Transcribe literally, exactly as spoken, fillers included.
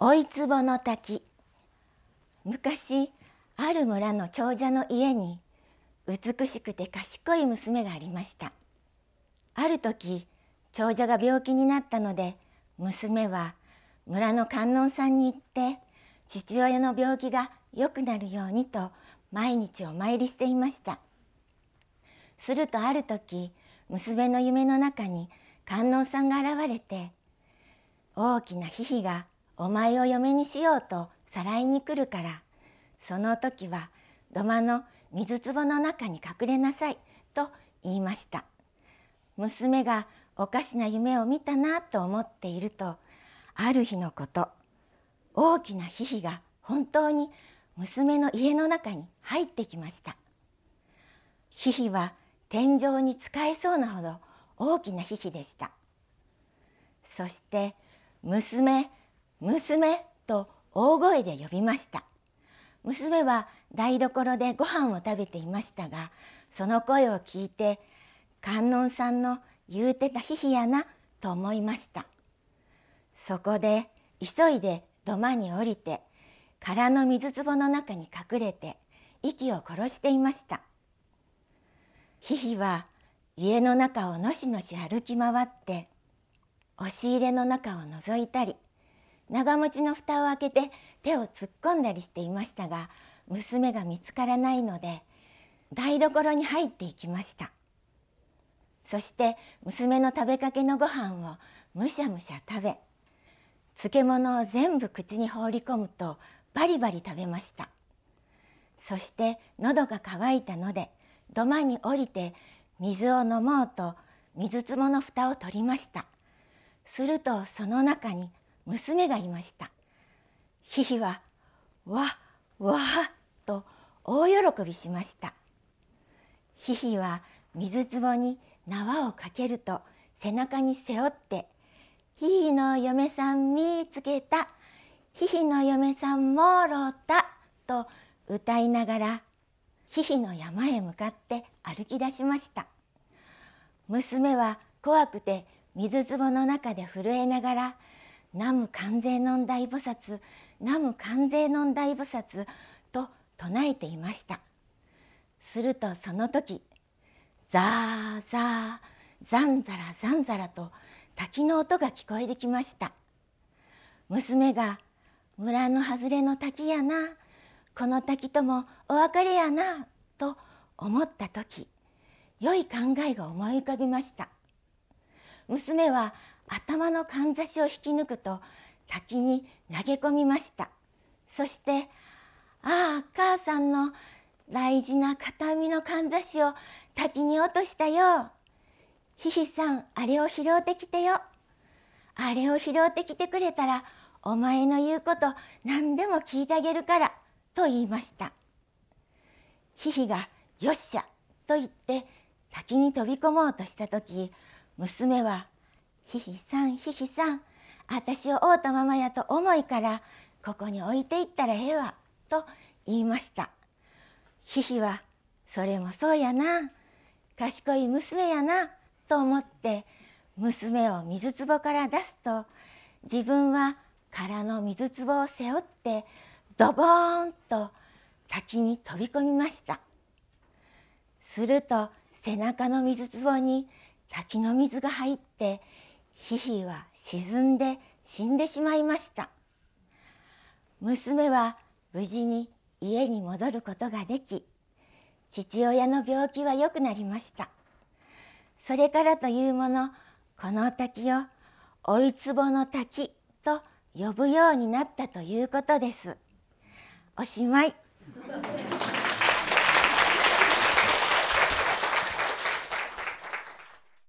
追壺の滝。昔ある村の長者の家に美しくて賢い娘がありました。ある時長者が病気になったので、娘は村の観音さんに行って父親の病気が良くなるようにと毎日お参りしていました。するとある時、娘の夢の中に観音さんが現れて、大きなヒヒがお前を嫁にしようとさらいに来るから、その時は土間の水壺の中に隠れなさいと言いました。娘がおかしな夢を見たなと思っていると、ある日のこと、大きなヒヒが本当に娘の家の中に入ってきました。ヒヒは天井に使えそうなほど大きなヒヒでした。そして娘、娘と大声で呼びました。娘は台所でご飯を食べていましたが、その声を聞いて、観音さんの言うてたヒヒやなと思いました。そこで急いで土間に降りて、空の水壺の中に隠れて息を殺していました。ヒヒは家の中をのしのし歩き回って、押し入れの中を覗いたり、長持ちの蓋を開けて手を突っ込んだりしていましたが、娘が見つからないので台所に入っていきました。そして娘の食べかけのご飯をむしゃむしゃ食べ、漬物を全部口に放り込むとバリバリ食べました。そして喉が渇いたので土間に降りて水を飲もうと水壺の蓋を取りました。するとその中に娘がいました。ヒヒはわわと大喜びしました。ヒヒは水壺に縄をかけると背中に背負って、ヒヒの嫁さん見つけた、ヒヒの嫁さんもろたと歌いながらヒヒの山へ向かって歩き出しました。娘は怖くて水壺の中で震えながら、南無観世音大菩薩、南無観世音大菩薩と唱えていました。するとその時、ザーザー、ザンザラザンザラと滝の音が聞こえてきました。娘が、村の外れの滝やな、この滝ともお別れやなと思った時、良い考えが思い浮かびました。娘は頭のかんざしを引き抜くと滝に投げ込みました。そして、ああ、母さんの大事な形見のかんざしを滝に落としたよ。ヒヒさん、あれを拾うてきてよ。あれを拾うてきてくれたら、お前の言うこと何でも聞いてあげるからと言いました。ヒヒがよっしゃと言って滝に飛び込もうとした時、娘は、ヒヒさん、ヒヒさん、私を会うたままやと重いからここに置いていったらええわと言いました。ヒヒは、それもそうやな、賢い娘やなと思って娘を水壺から出すと、自分は空の水壺を背負ってドボーンと滝に飛び込みました。すると背中の水壺に滝の水が入って、ヒヒは沈んで死んでしまいました。娘は無事に家に戻ることができ、父親の病気は良くなりました。それからというもの、この滝を追壺の滝と呼ぶようになったということです。おしまい。